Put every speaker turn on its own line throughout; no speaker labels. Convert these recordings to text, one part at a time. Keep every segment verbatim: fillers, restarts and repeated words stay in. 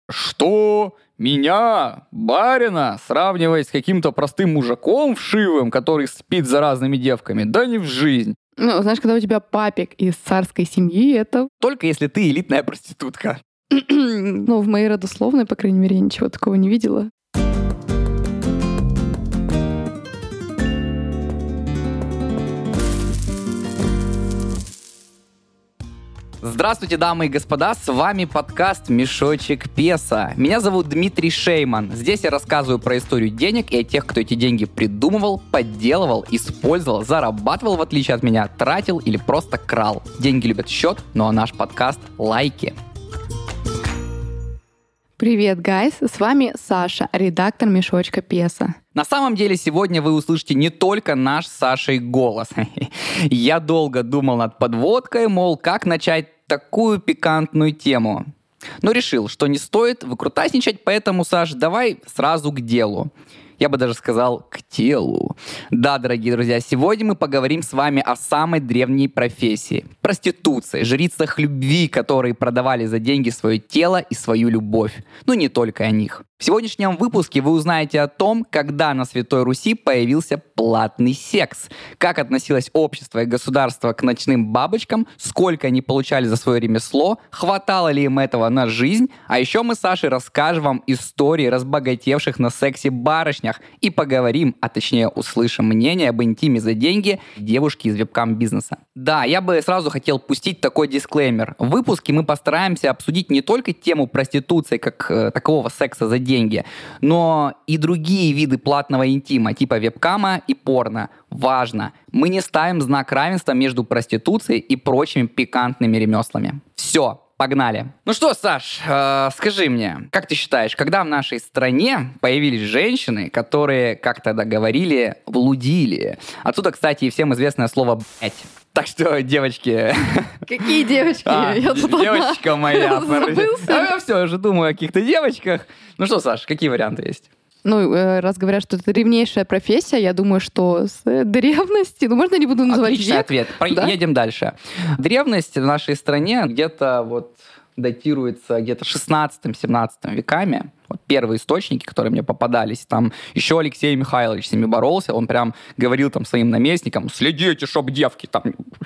Что? Меня, барина, сравнивать с каким-то простым мужиком вшивым, который спит за разными девками? Да не в жизнь.
Ну, знаешь, когда у тебя папик из царской семьи, это...
Только если ты элитная проститутка.
Ну, в моей родословной, по крайней мере, я ничего такого не видела.
Здравствуйте, дамы и господа, с вами подкаст «Мешочек Песо». Меня зовут Дмитрий Шейман. Здесь я рассказываю про историю денег и о тех, кто эти деньги придумывал, подделывал, использовал, зарабатывал, в отличие от меня, тратил или просто крал. Деньги любят счет, ну а наш подкаст – лайки.
Привет, гайс! С вами Саша, редактор «Мешочка Песо».
На самом деле, сегодня вы услышите не только наш с Сашей голос. Я долго думал над подводкой, мол, как начать такую пикантную тему. Но решил, что не стоит выкрутасничать, поэтому, Саш, давай сразу к делу. Я бы даже сказал, к телу. Да, дорогие друзья, сегодня мы поговорим с вами о самой древней профессии – проституции, жрицах любви, которые продавали за деньги свое тело и свою любовь. Ну, не только о них. В сегодняшнем выпуске вы узнаете о том, когда на Святой Руси появился платный секс, как относилось общество и государство к ночным бабочкам, сколько они получали за свое ремесло, хватало ли им этого на жизнь, а еще мы с Сашей расскажем вам истории разбогатевших на сексе барышнях и поговорим, а точнее услышим мнение об интиме за деньги девушки из вебкам-бизнеса. Да, я бы сразу хотел пустить такой дисклеймер. В выпуске мы постараемся обсудить не только тему проституции как э, такового секса за деньги, деньги, но и другие виды платного интима, типа вебкама и порно. Важно, мы не ставим знак равенства между проституцией и прочими пикантными ремеслами. Все, погнали. Ну что, Саш, э, скажи мне, как ты считаешь, когда в нашей стране появились женщины, которые, как тогда говорили, блудили? Отсюда, кстати, и всем известное слово «блять». Так что, девочки...
Какие девочки?
А,
я
девочка моя.
Забылся?
А я все уже думаю о каких-то девочках. Ну что, Саш, какие варианты есть?
Ну, раз говорят, что это древнейшая профессия, я думаю, что с древности... Ну, можно не буду называть
Отличный
век?
ответ.
Да?
Едем дальше. Древность в нашей стране где-то вот датируется где-то шестнадцатым-семнадцатым веками. Вот первые источники, которые мне попадались, там еще Алексей Михайлович с ними боролся, он прям говорил там своим наместникам: следите, чтоб девки там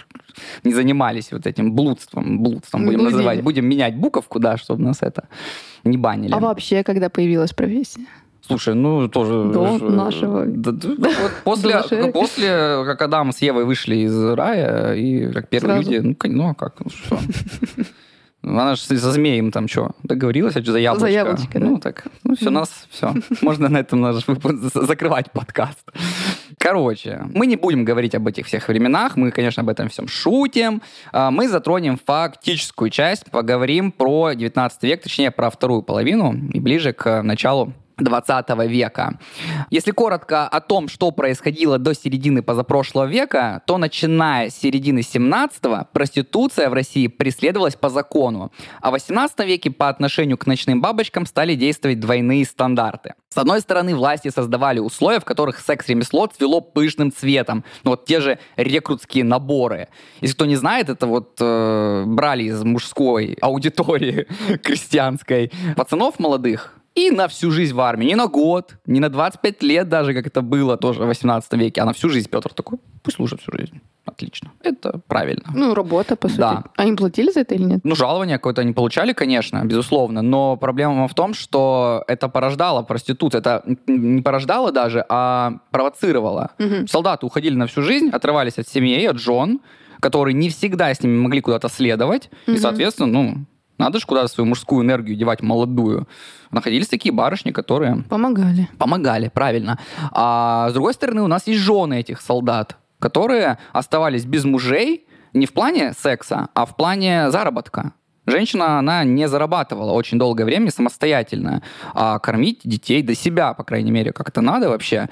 не занимались вот этим блудством, блудством будем
Блудили.
называть, будем менять буковку, да, чтобы нас это не банили.
А вообще, когда появилась профессия?
Слушай, ну тоже...
До
ж-
нашего.
да, да, вот после,
До нашей эры.
после, как Адам с Евой вышли из рая, и как первые
Сразу.
люди, ну, кон- ну а как, ну что? Она же со змеем там что, договорилась, а что за яблочко?
За яблочко, да.
Ну так, ну все,
Мгм.
нас, все. Можно на этом наш выпуск закрывать подкаст. Короче, мы не будем говорить об этих всех временах, мы, конечно, об этом всем шутим. А, Мы затронем фактическую часть, поговорим про девятнадцатый век, точнее, про вторую половину и ближе к началу двадцатого века. Если коротко о том, что происходило до середины позапрошлого века, то начиная с середины семнадцатого проституция в России преследовалась по закону, а в восемнадцатом веке по отношению к ночным бабочкам стали действовать двойные стандарты. С одной стороны, власти создавали условия, в которых секс-ремесло цвело пышным цветом. Ну, вот те же рекрутские наборы. Если кто не знает, это вот э, брали из мужской аудитории крестьянской пацанов молодых, и на всю жизнь в армии. Не на год, не на двадцать пять лет даже, как это было тоже в восемнадцатом веке, а на всю жизнь. Петр такой: пусть служат всю жизнь. Отлично. Это правильно.
Ну, работа, по сути.
Да.
А им платили за это или нет?
Ну, жалование какое-то они получали, конечно, безусловно, но проблема в том, что это порождало проституцию. Это не порождало даже, а провоцировало.
Мгм.
Солдаты уходили на всю жизнь, отрывались от семьи, от жен, которые не всегда с ними могли куда-то следовать, и,
Мгм.
соответственно, ну... Надо же куда-то свою мужскую энергию девать, молодую. Находились такие барышни, которые
Помогали.
помогали, правильно. А с другой стороны, у нас есть жены этих солдат, которые оставались без мужей не в плане секса, а в плане заработка. Женщина, она не зарабатывала очень долгое время самостоятельно, а кормить детей до себя, по крайней мере, как-то надо вообще.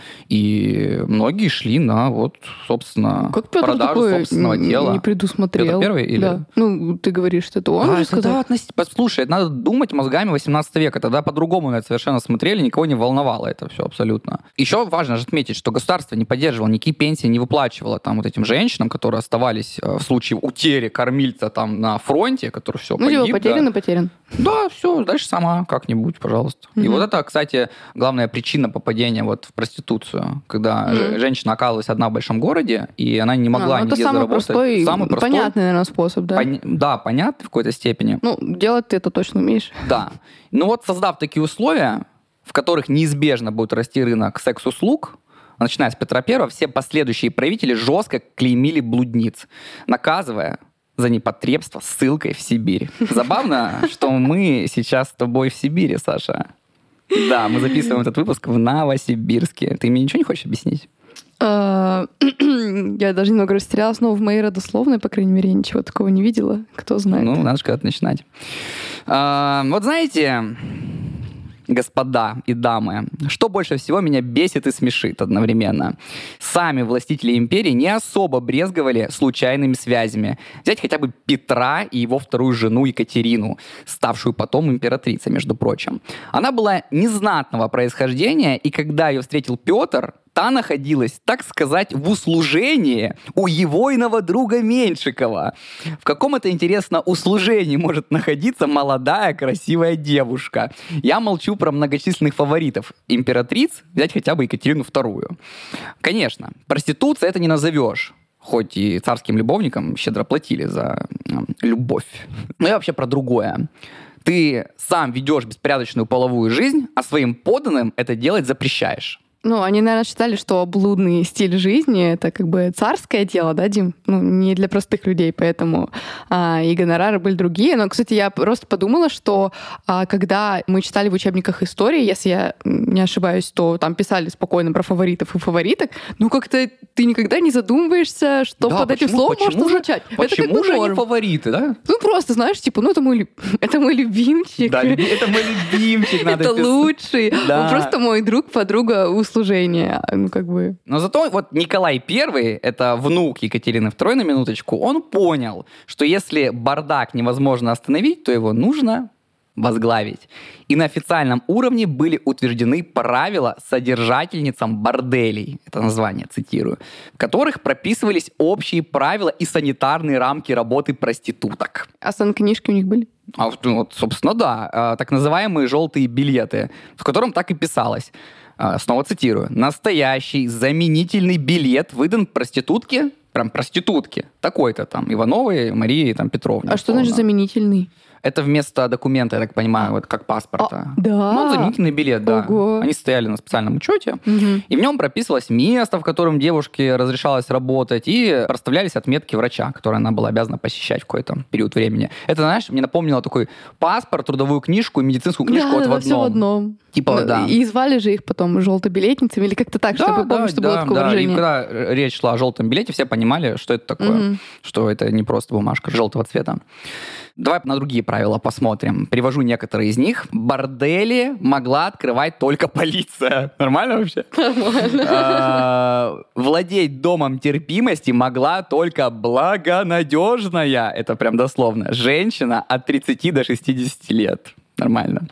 И многие шли на, вот, собственно,
Как Петр
продажу
такой
собственного
н-
тела.
не предусмотрел?
Петр Первый или-
Да. Ну, ты говоришь, что это он
А,
же
это
сказал.
да, относительно. Послушай, это надо думать мозгами восемнадцатого века. Тогда по-другому на это совершенно смотрели, никого не волновало это все абсолютно. Еще важно же отметить, что государство не поддерживало, никакие пенсии не выплачивало там вот этим женщинам, которые оставались э, в случае утери кормильца там на фронте, которые все,
Ну,
погиб,
типа потерян
да.
и потерян.
Да, все, дальше сама как-нибудь, пожалуйста.
Мгм.
И вот это, кстати, главная причина попадения вот в проституцию, когда
Мгм.
же- женщина оказалась одна в большом городе, и она не могла
А, ну, это
нигде
самый
заработать.
простой,
Самый простой,
понятный, наверное, способ, да?
поня- да, понятный в какой-то степени.
Ну, делать ты это точно умеешь.
Да. Ну вот, создав такие условия, в которых неизбежно будет расти рынок секс-услуг, начиная с Петра Первого, все последующие правители жестко клеймили блудниц, наказывая за непотребство ссылкой в Сибирь. Забавно, что мы сейчас с тобой в Сибири, Саша. Да, мы записываем этот выпуск в Новосибирске. Ты мне ничего не хочешь объяснить?
А, Я даже немного растерялась, но в моей родословной, по крайней мере, я ничего такого не видела. Кто знает.
Ну, надо же когда-то начинать. А, вот знаете, господа и дамы, что больше всего меня бесит и смешит одновременно? Сами властители империи не особо брезговали случайными связями. Взять хотя бы Петра и его вторую жену Екатерину, ставшую потом императрицей, между прочим. Она была незнатного происхождения, и когда ее встретил Петр, та находилась, так сказать, в услужении у егойного друга Меньшикова. В каком это, интересно, услужении может находиться молодая красивая девушка? Я молчу про многочисленных фаворитов императриц, взять хотя бы Екатерину вторую. Конечно, проституция это не назовешь. Хоть и царским любовникам щедро платили за э, любовь. Но я вообще про другое. Ты сам ведешь беспорядочную половую жизнь, а своим подданным это делать запрещаешь.
Ну, они, наверное, считали, что блудный стиль жизни — это как бы царское дело, да, Дим? Ну, не для простых людей, поэтому а, и гонорары были другие. Но, кстати, я просто подумала, что а, когда мы читали в учебниках истории, если я не ошибаюсь, то там писали спокойно про фаворитов и фавориток, ну, как-то ты никогда не задумываешься, что
Да,
под
почему-
этим словом
почему
может
же-
означать.
Почему
это как бы
же они
норм.
фавориты, да?
Ну, просто, знаешь, типа, ну, это мой, люб- это мой любимчик.
Да, люби- это мой любимчик, надо
Это
писать.
лучший.
Да.
Он просто мой друг, подруга, услужение. Ну, как бы...
Но зато вот Николай Первый, это внук Екатерины Второй, на минуточку, он понял, что если бардак невозможно остановить, то его нужно возглавить. И на официальном уровне были утверждены правила содержательницам борделей, это название, цитирую, в которых прописывались общие правила и санитарные рамки работы проституток.
А сан-книжки у них были?
А вот, ну, вот, собственно, да, а, так называемые желтые билеты, в котором так и писалось. А, Снова цитирую. Настоящий заменительный билет выдан проститутке, прям проститутке, такой-то там, Ивановой, Марии, там, Петровне.
А что значит
условно.
заменительный?
Это вместо документа, я так понимаю, вот как паспорта.
А, да?
Ну, заменительный билет, да.
Ого.
Они стояли на специальном учете,
Мгм.
и в нем прописывалось место, в котором девушке разрешалось работать, и проставлялись отметки врача, которые она была обязана посещать в какой-то период времени. Это, знаешь, мне напомнило такой паспорт, трудовую книжку и медицинскую книжку
Да,
вот
да,
в одном.
все в одном.
Типа,
Ну,
да.
И звали же их потом желтобилетницами или как-то так, чтобы помнить, что было такое
да. И
выражение.
когда речь шла о желтом билете, все понимали, что это такое,
Мгм.
что это не просто бумажка желтого цвета. Давай на другие правила посмотрим. Привожу некоторые из них. Бордели могла открывать только полиция. Нормально вообще?
Нормально.
А, Владеть домом терпимости могла только благонадежная, это прям дословно, женщина от тридцати до шестидесяти лет. Нормально.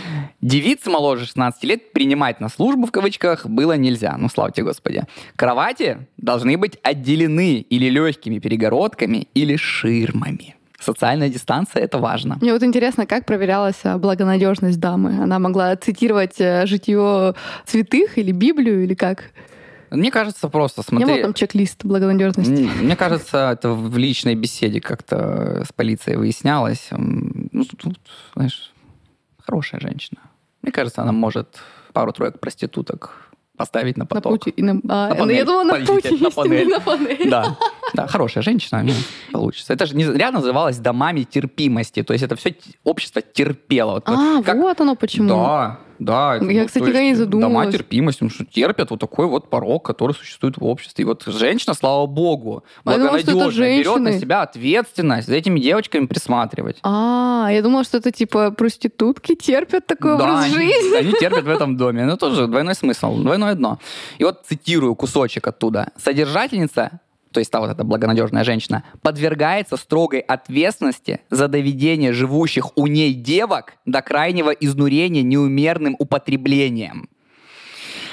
Девиц моложе шестнадцати лет принимать на службу, в кавычках, было нельзя. Ну, слава тебе, Господи. Кровати должны быть отделены или легкими перегородками, или ширмами. Социальная дистанция — это важно.
Мне вот интересно, как проверялась а, благонадежность дамы? Она могла цитировать э, житье святых или Библию, или как?
Мне кажется, просто
Не
смотри...
было там чек-лист благонадежности?
М, Мне кажется, это в личной беседе как-то с полицией выяснялось. М, Ну, тут, знаешь, хорошая женщина. Мне кажется, она может пару-тройку проституток поставить на
На
поток.
пути. И на... а,
На
ну, я
панель.
думала, на
Подождите,
пути.
на
есть,
панель.
на панель.
Да, да, хорошая женщина, нет, получится. Это же не зря называлось домами терпимости. То есть это все общество терпело. Вот
А,
как-
вот оно почему.
Да, да. это,
Я,
ну,
кстати,
то
никогда не
есть
задумывалась.
Дома терпимости, потому что терпят вот такой вот порог, который существует в обществе. И вот женщина, слава богу,
А я думала, что это
благонадежная, берет на
женщины.
себя ответственность за этими девочками присматривать.
А, я думала, что это типа проститутки терпят такой
Да,
образ
они,
жизни.
они терпят в этом доме. Ну, тоже двойной смысл, двойное дно. И вот цитирую кусочек оттуда. Содержательница, то есть та вот эта благонадежная женщина, подвергается строгой ответственности за доведение живущих у ней девок до крайнего изнурения неумерным употреблением.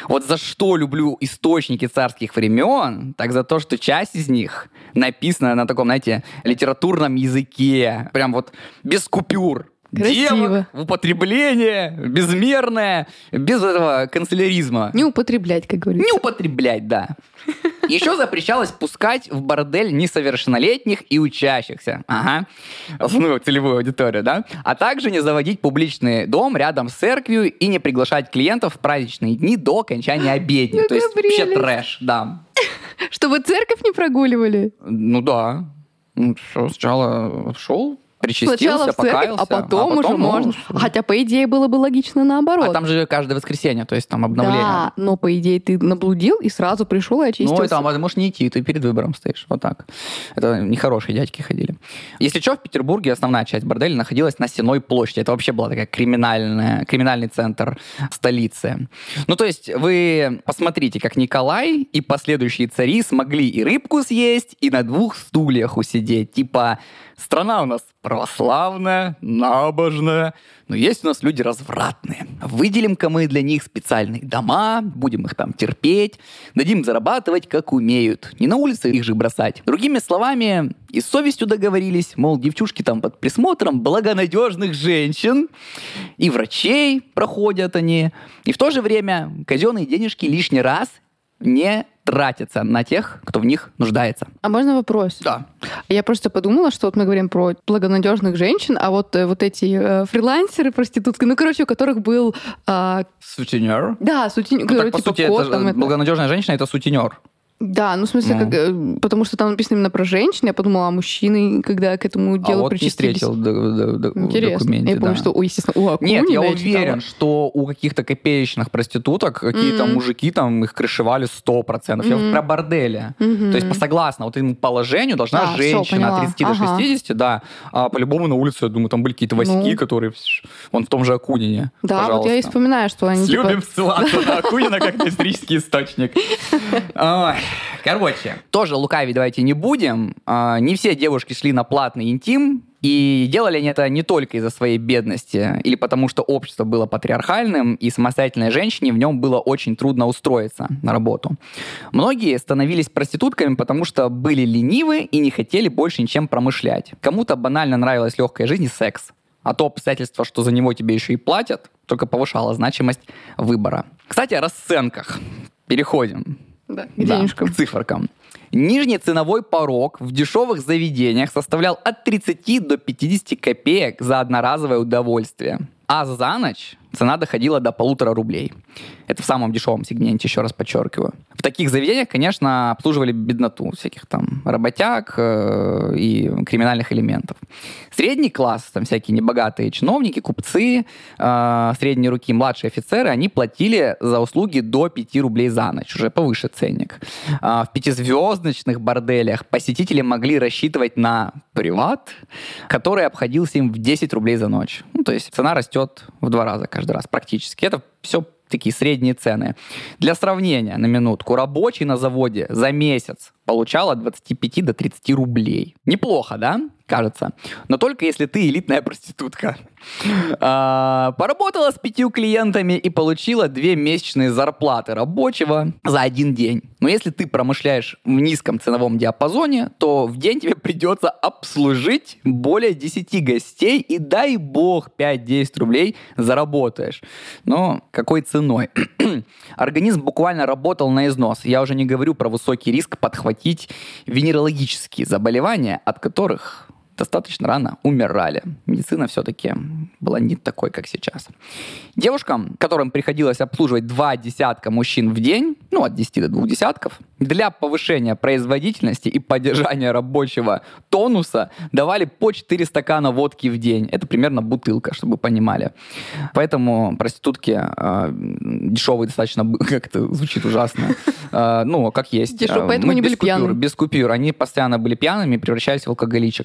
Вот за что люблю источники царских времен, так за то, что часть из них написана на таком, знаете, литературном языке. Прям вот без купюр.
Красиво.
Девок в употребление, безмерное, без этого канцеляризма.
Не употреблять, как говорится.
Не употреблять, да. Еще запрещалось пускать в бордель несовершеннолетних и учащихся. Ага. Основную целевую аудиторию, да? А также не заводить публичный дом рядом с церковью и не приглашать клиентов в праздничные дни до окончания обедни. То есть вообще трэш, да.
Чтобы церковь не прогуливали?
Ну да. Ну, все, сначала шел, причастился,
сначала в церковь,
покаялся,
а потом,
а потом
уже можно.
ну,
Хотя, по идее, было бы логично наоборот.
А там же каждое воскресенье, то есть там обновление.
Да, но, по идее, ты наблудил и сразу пришел и очистился.
Ну, и там, а ты можешь не идти, ты перед выбором стоишь. Вот так. Это нехорошие дядьки ходили. Если что, в Петербурге основная часть борделя находилась на Сенной площади. Это вообще была такая криминальная, криминальный центр столицы. Ну, то есть вы посмотрите, как Николай и последующие цари смогли и рыбку съесть, и на двух стульях усидеть. Типа, страна у нас православная, набожная, но есть у нас люди развратные. Выделим-ка мы для них специальные дома, будем их там терпеть, дадим зарабатывать, как умеют. Не на улице их же бросать. Другими словами, и с совестью договорились, мол, девчушки там под присмотром благонадежных женщин, и врачей проходят они, и в то же время казенные денежки лишний раз не тратятся на тех, кто в них нуждается.
А можно вопрос?
Да.
Я просто подумала, что вот мы говорим про благонадежных женщин, а вот, э, вот эти э, фрилансеры, проститутки, ну, короче, у которых был... Э,
сутенер.
Да, сутенер.
Ну, так, по
типа
сути,
кот,
это,
там, это...
благонадежная женщина — это сутенер.
Да, ну, в смысле,
Ну.
как, э, потому что там написано именно про женщин, я подумала, а мужчины, когда к этому делу
а вот
причастились.
не встретил д- д- д-
Интересно.
в документе.
Я помню,
да.
что, ой, естественно, у Акунина
Нет, я
я
уверен,
читала.
что у каких-то копеечных проституток какие-то
Мгм.
мужики там их крышевали сто процентов. Я вот
Мгм.
про бордели.
Мгм.
То есть, по согласно вот этому положению должна
А, всё,
женщина
поняла.
от тридцати до
Ага.
шестидесяти, да. А по-любому на улице, я думаю, там были какие-то Васьки,
Ну.
которые... пш, Вон в том же Акунине.
Да,
Пожалуйста.
вот я и вспоминаю, что они типа...
Любим ссылаться на Акунина как на исторический источник. Ой, короче, тоже лукавить давайте не будем. А, Не все девушки шли на платный интим, и делали они это не только из-за своей бедности, или потому что общество было патриархальным, и самостоятельной женщине в нем было очень трудно устроиться на работу. Многие становились проститутками, потому что были ленивы и не хотели больше ничем промышлять. Кому-то банально нравилась легкая жизнь и секс. А то обстоятельство, что за него тебе еще и платят, только повышало значимость выбора. Кстати, о расценках. Переходим.
Да, к
Да,
денежкам.
к циферкам. Нижний ценовой порог в дешевых заведениях составлял от тридцати до пятидесяти копеек за одноразовое удовольствие. А за ночь цена доходила до полутора рублей. Это в самом дешевом сегменте, еще раз подчеркиваю. В таких заведениях, конечно, обслуживали бедноту, всяких там работяг э, и криминальных элементов. Средний класс, там всякие небогатые чиновники, купцы, э, средней руки, младшие офицеры, они платили за услуги до пяти рублей за ночь, уже повыше ценник. Э, в пятизвездочных борделях посетители могли рассчитывать на приват, который обходился им в десять рублей за ночь. Ну, то есть цена растет в два раза каждый раз практически. Это все такие средние цены. Для сравнения, на минутку, рабочий на заводе за месяц получал от двадцати пяти до тридцати рублей. Неплохо, да? Кажется. Но только если ты элитная проститутка. А, поработала с пятью клиентами и получила две месячные зарплаты рабочего за один день. Но если ты промышляешь в низком ценовом диапазоне, то в день тебе придется обслужить более десяти гостей, и дай бог пять-десять рублей заработаешь. Но какой ценой? Организм буквально работал на износ. Я уже не говорю про высокий риск подхватить венерологические заболевания, от которых достаточно рано умирали. Медицина все-таки была не такой, как сейчас. Девушкам, которым приходилось обслуживать два десятка мужчин в день, ну, от десяти до двух десятков, для повышения производительности и поддержания рабочего тонуса давали по четыре стакана водки в день. Это примерно бутылка, чтобы вы понимали. Поэтому проститутки э, дешевые достаточно... Как это звучит ужасно. Э, ну, как есть.
Дешево, поэтому
Мы
они
без
были
купюр,
пьяные.
без купюр. Они постоянно были пьяными и превращались в алкоголичек со временем.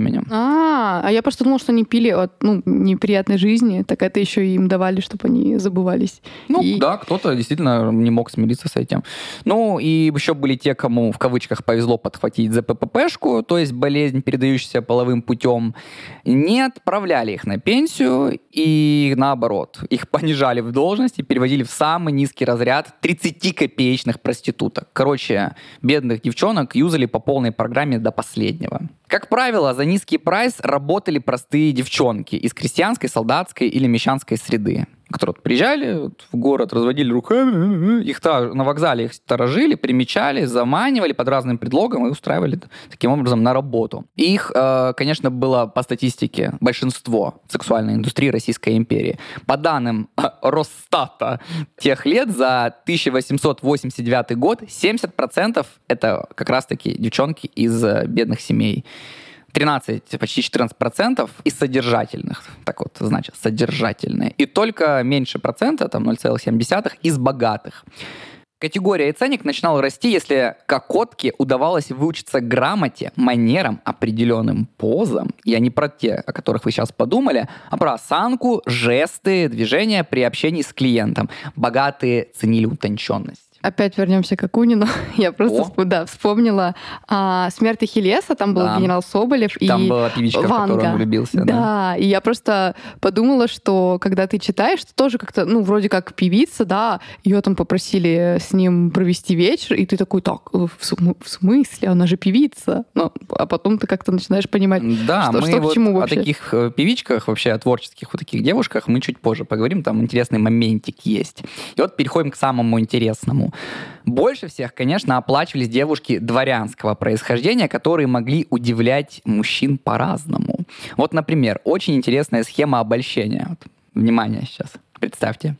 временем.
А, а я просто думала, что они пили от ну, неприятной жизни, так это еще им давали, чтобы они забывались.
Ну
и...
да, кто-то действительно не мог смириться с этим. Ну и еще были те, кому в кавычках повезло подхватить зэ пэ пэ пэ-шку, то есть болезнь, передающаяся половым путем, не отправляли их на пенсию и наоборот, их понижали в должности, переводили в самый низкий разряд тридцатикопеечных проституток. Короче, бедных девчонок юзали по полной программе до последнего. Как правило, за низкий прайс работали простые девчонки из крестьянской, солдатской или мещанской среды, которые вот приезжали вот, в город, разводили руками, их та, на вокзале их сторожили, примечали, заманивали под разным предлогом и устраивали таким образом на работу. Их, э, конечно, было по статистике большинство в сексуальной индустрии Российской империи. По данным э, Росстата тех лет, за тысяча восемьсот восемьдесят девятый год семьдесят процентов это как раз-таки девчонки из э, бедных семей. тринадцать, почти четырнадцать процентов из содержательных. Так вот, значит, содержательные. И только меньше процента, там ноль целых семь десятых, из богатых. Категория и ценник начинал расти, если кокотке удавалось выучиться грамоте, манерам, определенным позам. Я не про те, о которых вы сейчас подумали, а про осанку, жесты, движения при общении с клиентом. Богатые ценили утонченность.
Опять вернемся к Акунину. Я просто вспом- да, вспомнила а, «Смерть Ахиллеса», там был да. генерал Соболев
там
и
была певичка,
Ванга.
В которую он влюбился.
Да. да, и я просто подумала, что когда ты читаешь, то тоже как-то, ну, вроде как певица, да, ее там попросили с ним провести вечер, и ты такой, так, в, см- в смысле? Она же певица. Ну, а потом ты как-то начинаешь понимать,
да,
что,
мы
что
вот
к чему вообще.
О таких певичках, вообще о творческих вот таких девушках мы чуть позже поговорим, там интересный моментик есть. И вот переходим к самому интересному. Больше всех, конечно, оплачивались девушки дворянского происхождения, которые могли удивлять мужчин по-разному. Вот, например, очень интересная схема обольщения. Вот, внимание сейчас, представьте.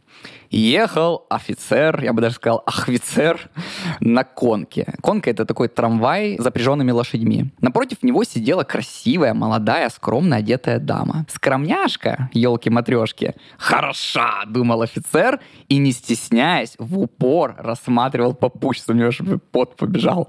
Ехал офицер, я бы даже сказал ахвицер, на конке. Конка — это такой трамвай с запряженными лошадьми. Напротив него сидела красивая, молодая, скромно одетая дама. Скромняшка, елки-матрешки. Хороша, думал офицер, и, не стесняясь, в упор рассматривал попутчицу. У него же пот побежал.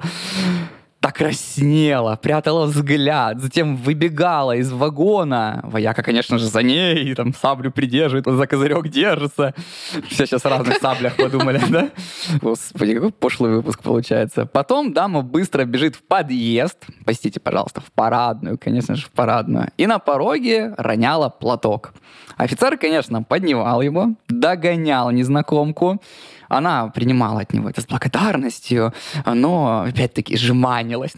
Так краснела, прятала взгляд, затем выбегала из вагона. Вояка, конечно же, за ней, там саблю придерживает, за козырек держится. Все сейчас о разных саблях подумали, да? Господи, какой пошлый выпуск получается. Потом дама быстро бежит в подъезд, простите, пожалуйста, в парадную, конечно же, в парадную, и на пороге роняла платок. Офицер, конечно, поднимал его, догонял незнакомку. Она принимала от него это с благодарностью, но, опять-таки, жеманилась.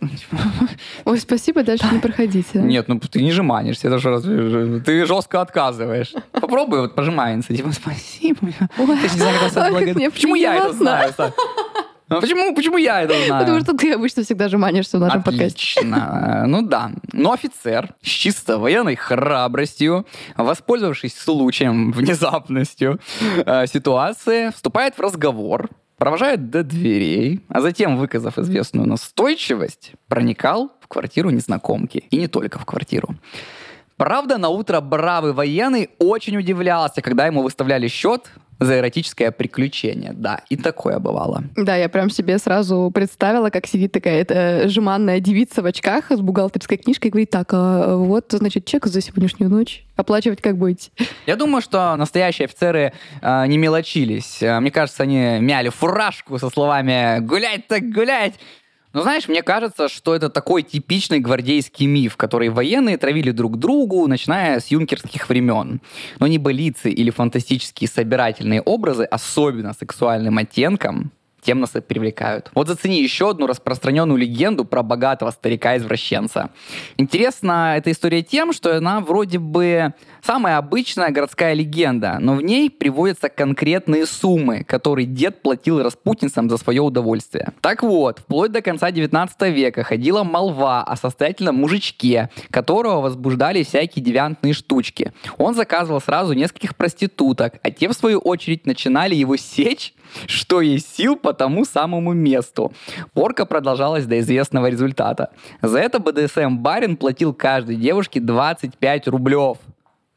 Ой, спасибо, дальше не проходите.
Нет, ну ты не жеманишься, это же разве... Ты жестко отказываешь. Попробуй вот пожеманиться. Типа, спасибо. Ты же не знаешь, как это благодарить. Почему я это знаю? Ну, почему, почему я это знаю?
Потому что ты обычно всегда жеманишься в нашем подкасте.
Отлично. Ну да. Но офицер с чисто военной храбростью, воспользовавшись случаем, внезапностью э, ситуации, вступает в разговор, провожает до дверей, а затем, выказав известную настойчивость, проникал в квартиру незнакомки. И не только в квартиру. Правда, на утро бравый военный очень удивлялся, когда ему выставляли счет за эротическое приключение. Да, и такое бывало.
Да, я прям себе сразу представила, как сидит такая эта жеманная девица в очках с бухгалтерской книжкой и говорит, так, а вот, значит, чек за сегодняшнюю ночь. Оплачивать как быть?
Я думаю, что настоящие офицеры э, не мелочились. Мне кажется, они мяли фуражку со словами «гулять так гулять». Но знаешь, мне кажется, что это такой типичный гвардейский миф, который военные травили друг другу, начиная с юнкерских времен. Но небылицы или фантастические собирательные образы, особенно с сексуальным оттенком, тем нас и привлекают. Вот зацени еще одну распространенную легенду про богатого старика-извращенца. Интересна эта история тем, что она вроде бы самая обычная городская легенда, но в ней приводятся конкретные суммы, которые дед платил распутницам за свое удовольствие. Так вот, вплоть до конца девятнадцатого века ходила молва о состоятельном мужичке, которого возбуждали всякие девиантные штучки. Он заказывал сразу нескольких проституток, а те, в свою очередь, начинали его сечь, что есть сил, по тому самому месту. Порка продолжалась до известного результата. За это бэ дэ эс эм-барин платил каждой девушке двадцать пять рублев.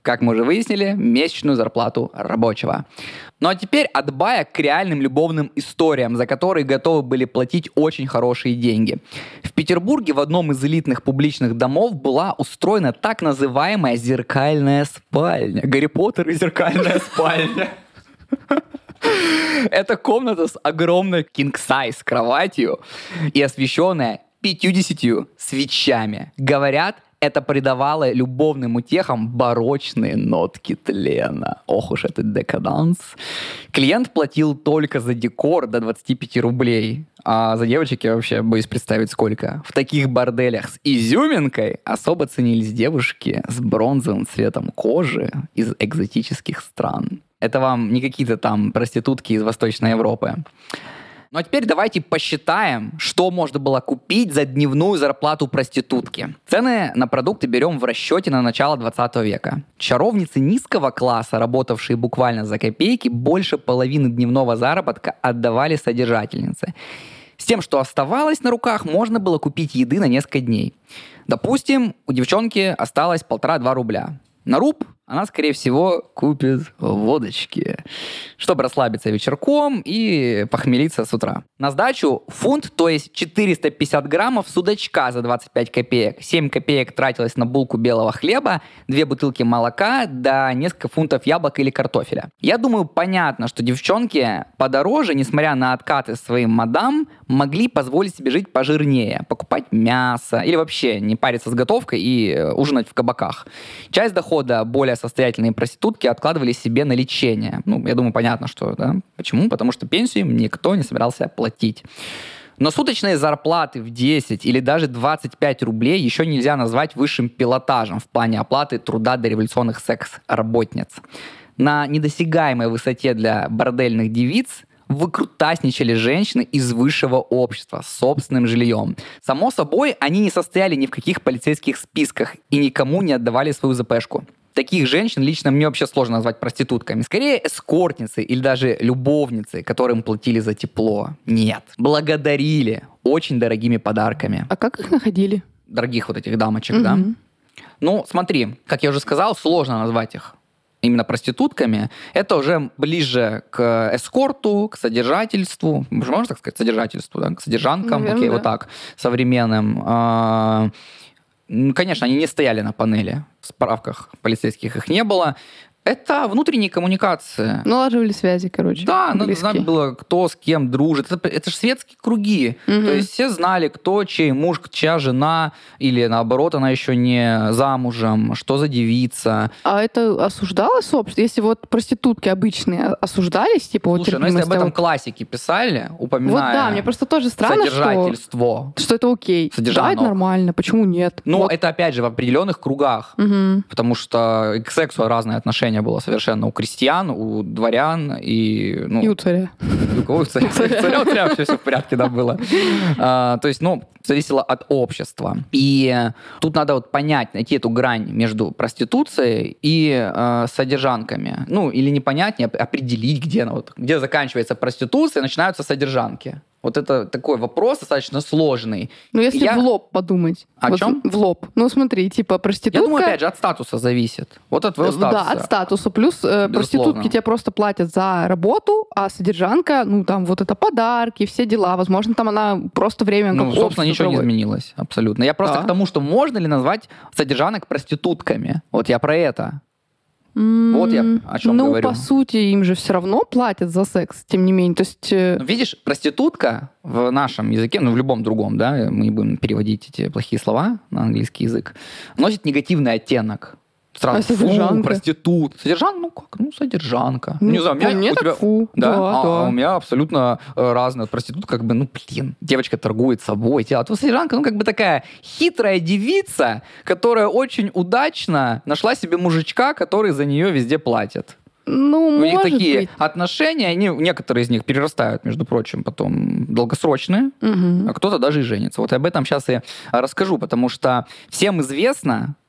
как мы уже выяснили, месячную зарплату рабочего. Ну а теперь от бая к реальным любовным историям, за которые готовы были платить очень хорошие деньги. В Петербурге в одном из элитных публичных домов была устроена так называемая зеркальная спальня. Гарри Поттер и зеркальная спальня. Это комната с огромной king-size кроватью и освещенная пятьюдесятью свечами. Говорят, это придавало любовным утехам барочные нотки тлена. Ох уж этот декаданс. Клиент платил только за декор до двадцати пяти рублей. А за девочек я вообще боюсь представить сколько. В таких борделях с изюминкой особо ценились девушки с бронзовым цветом кожи из экзотических стран. Это вам не какие-то там проститутки из Восточной Европы. Ну а теперь давайте посчитаем, что можно было купить за дневную зарплату проститутки. Цены на продукты берем в расчете на начало двадцатого века. Чаровницы низкого класса, работавшие буквально за копейки, больше половины дневного заработка отдавали содержательнице. С тем, что оставалось на руках, можно было купить еды на несколько дней. Допустим, у девчонки осталось полтора-два рубля. На руб она, скорее всего, купит водочки, чтобы расслабиться вечерком и похмелиться с утра. На сдачу фунт, то есть четыреста пятьдесят граммов судачка за двадцать пять копеек. семь копеек тратилось на булку белого хлеба, две бутылки молока, да несколько фунтов яблок или картофеля. Я думаю, понятно, что девчонки подороже, несмотря на откаты своим мадам, могли позволить себе жить пожирнее, покупать мясо или вообще не париться с готовкой и ужинать в кабаках. Часть дохода более состоятельные проститутки откладывали себе на лечение. Ну, я думаю, понятно, что, да. Почему? Потому что пенсию им никто не собирался платить. Но суточные зарплаты в десять или даже двадцать пять рублей еще нельзя назвать высшим пилотажем в плане оплаты труда дореволюционных секс-работниц. На недосягаемой высоте для бордельных девиц выкрутасничали женщины из высшего общества с собственным жильем. Само собой, они не состояли ни в каких полицейских списках и никому не отдавали свою зэпэшку. Таких женщин лично мне вообще сложно назвать проститутками. Скорее, эскортницы или даже любовницы, которым платили за тепло. Нет. Благодарили очень дорогими подарками.
А как их находили?
Дорогих вот этих дамочек,
угу.
да? Ну, смотри, как я уже сказал, сложно назвать их именно проститутками. Это уже ближе к эскорту, к содержательству. Можно так сказать? Содержательству, да? К содержанкам.
Наверное,
окей,
да.
Вот так. Современным. Конечно, они не стояли на панели. В справках полицейских их не было. Это внутренние коммуникации.
Налаживали связи, короче.
Да, надо было, кто с кем дружит. Это, это же светские круги.
Угу.
То есть все знали, кто чей муж, чья жена, или наоборот, она еще не замужем, что за девица.
А это осуждалось общество? Если вот проститутки обычные осуждались, типа вот
Слушай, ну если об этом классики писали, упоминая
вот да, мне просто тоже странно,
содержательство.
Что, что это окей. Да, это нормально, почему нет?
Ну,
вот.
это опять же в определенных кругах.
Угу.
Потому что к сексу разные отношения было совершенно у крестьян, у дворян и... Ну,
и у царя.
И у кого? У царя. У царя, у царя вообще все в порядке, да, было. А, то есть, ну, зависело от общества. И тут надо вот понять, найти эту грань между проституцией и э, содержанками. Ну, или не понять, не определить, где, вот, где заканчивается проституция, начинаются содержанки. Вот это такой вопрос достаточно сложный.
Ну, если я... в лоб подумать.
О
вот
чем?
В лоб. Ну, смотри, типа проститутка...
Я думаю, опять же, от статуса зависит. Вот от твоего статуса.
Да, от статуса. Плюс э, проститутки тебе просто платят за работу, а содержанка, ну, там, вот это подарки, все дела. Возможно, там она просто время...
Ну,
как
собственно, ничего
проводит.
не изменилось. Абсолютно. Я просто
да.
к тому, что можно ли назвать содержанок проститутками. Вот я про это. Вот я о чем
ну,
говорю.
Ну, по сути, им же все равно платят за секс, тем не менее. То есть...
Ну, видишь, проститутка в нашем языке, ну, в любом другом, да, мы не будем переводить эти плохие слова на английский язык, носит негативный оттенок. Сразу,
а содержанка?
Фу, проститут. Содержанка? Ну как? Ну, содержанка.
Ну,
не знаю, у меня,
мне
у
так
тебя...
фу.
Да?
Да,
а,
да.
а у меня абсолютно э, разные. Проститут, как бы, ну, блин, девочка торгует собой, тело. А то содержанка, ну, как бы такая хитрая девица, которая очень удачно нашла себе мужичка, который за нее везде платит.
Ну,
у
может
них такие
быть.
отношения, они, некоторые из них перерастают, между прочим, потом долгосрочные,
угу.
а кто-то даже и женится. Вот об этом сейчас я расскажу, потому что всем известно,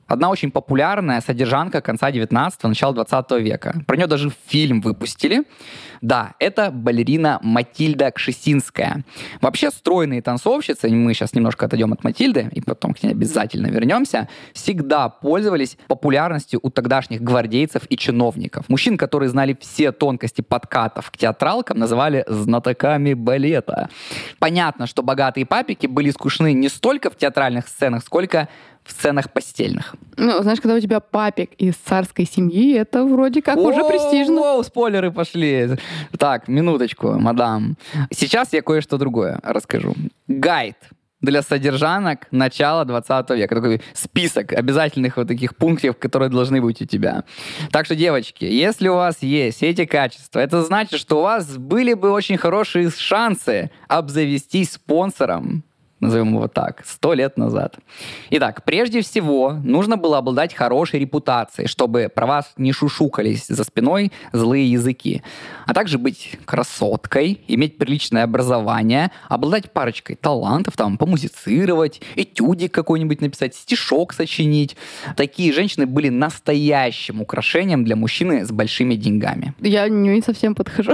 Одна очень популярная содержанка конца девятнадцатого, начала двадцатого века. Про нее даже фильм выпустили. Да, это балерина Матильда Кшесинская. Вообще стройные танцовщицы, мы сейчас немножко отойдем от Матильды, и потом к ней обязательно вернемся, всегда пользовались популярностью у тогдашних гвардейцев и чиновников. Мужчин, которые знали все тонкости подкатов к театралкам, называли знатоками балета. Понятно, что богатые папики были искушены не столько в театральных сценах, сколько в сценах постельных.
Ну, знаешь, когда у тебя папик из царской семьи, это вроде как уже престижно.
О, спойлеры пошли. Так, минуточку, мадам. Сейчас я кое-что другое расскажу. Гайд для содержанок начала двадцатого века. Такой список обязательных вот таких пунктов, которые должны быть у тебя. Так что, девочки, если у вас есть эти качества, это значит, что у вас были бы очень хорошие шансы обзавестись спонсором, назовем его так, сто лет назад. Итак, прежде всего, нужно было обладать хорошей репутацией, чтобы про вас не шушукались за спиной злые языки. А также быть красоткой, иметь приличное образование, обладать парочкой талантов, там, помузицировать, этюдик какой-нибудь написать, стишок сочинить. Такие женщины были настоящим украшением для мужчины с большими деньгами.
Я не совсем подхожу.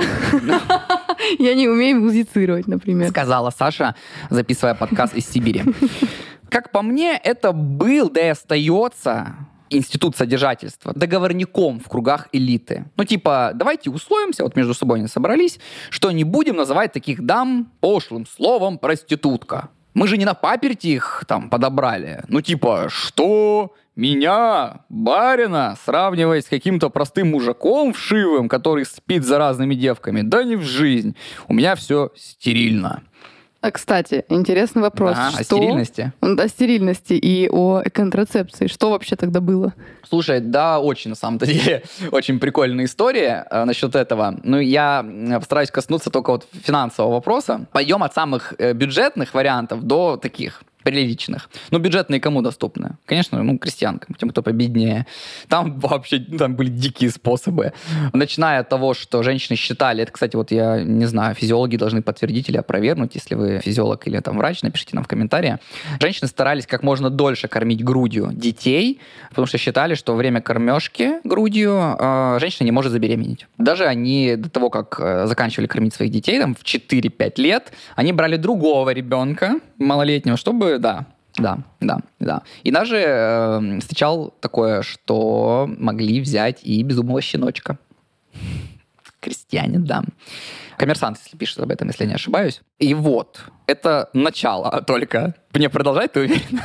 Я не умею музицировать, например.
Сказала Саша, записывая подкаст из Сибири. Как по мне, это был, да и остается институт содержательства договорником в кругах элиты. Ну, типа, давайте условимся, вот между собой они собрались, что не будем называть таких дам пошлым словом проститутка. Мы же не на паперти их там подобрали. Ну, типа, что... Меня, барина, сравнивать с каким-то простым мужиком вшивым, который спит за разными девками, да не в жизнь. У меня все стерильно.
А, кстати, интересный вопрос.
Ага,
что...
о стерильности?
О стерильности и о контрацепции. Что вообще тогда было?
Слушай, да, очень, на самом деле, очень прикольная история э, насчет этого. Ну, я постараюсь коснуться только вот финансового вопроса. Пойдем от самых э, бюджетных вариантов до таких приличных. Ну, бюджетные кому доступны? Конечно, ну, крестьянкам, тем, кто победнее. Там вообще там были дикие способы. Начиная от того, что женщины считали, это, кстати, вот я не знаю, физиологи должны подтвердить или опровергнуть, если вы физиолог или там врач, напишите нам в комментарии. Женщины старались как можно дольше кормить грудью детей, потому что считали, что во время кормежки грудью э, женщина не может забеременеть. Даже они до того, как э, заканчивали кормить своих детей, там, в четыре-пять лет, они брали другого ребенка малолетнего, чтобы Да, да, да, да. И даже э, встречал такое, что могли взять и безумного щеночка. Крестьянин, да. Коммерсант, если пишет об этом, если я не ошибаюсь. И вот, это начало только. Мне продолжать, ты уверен?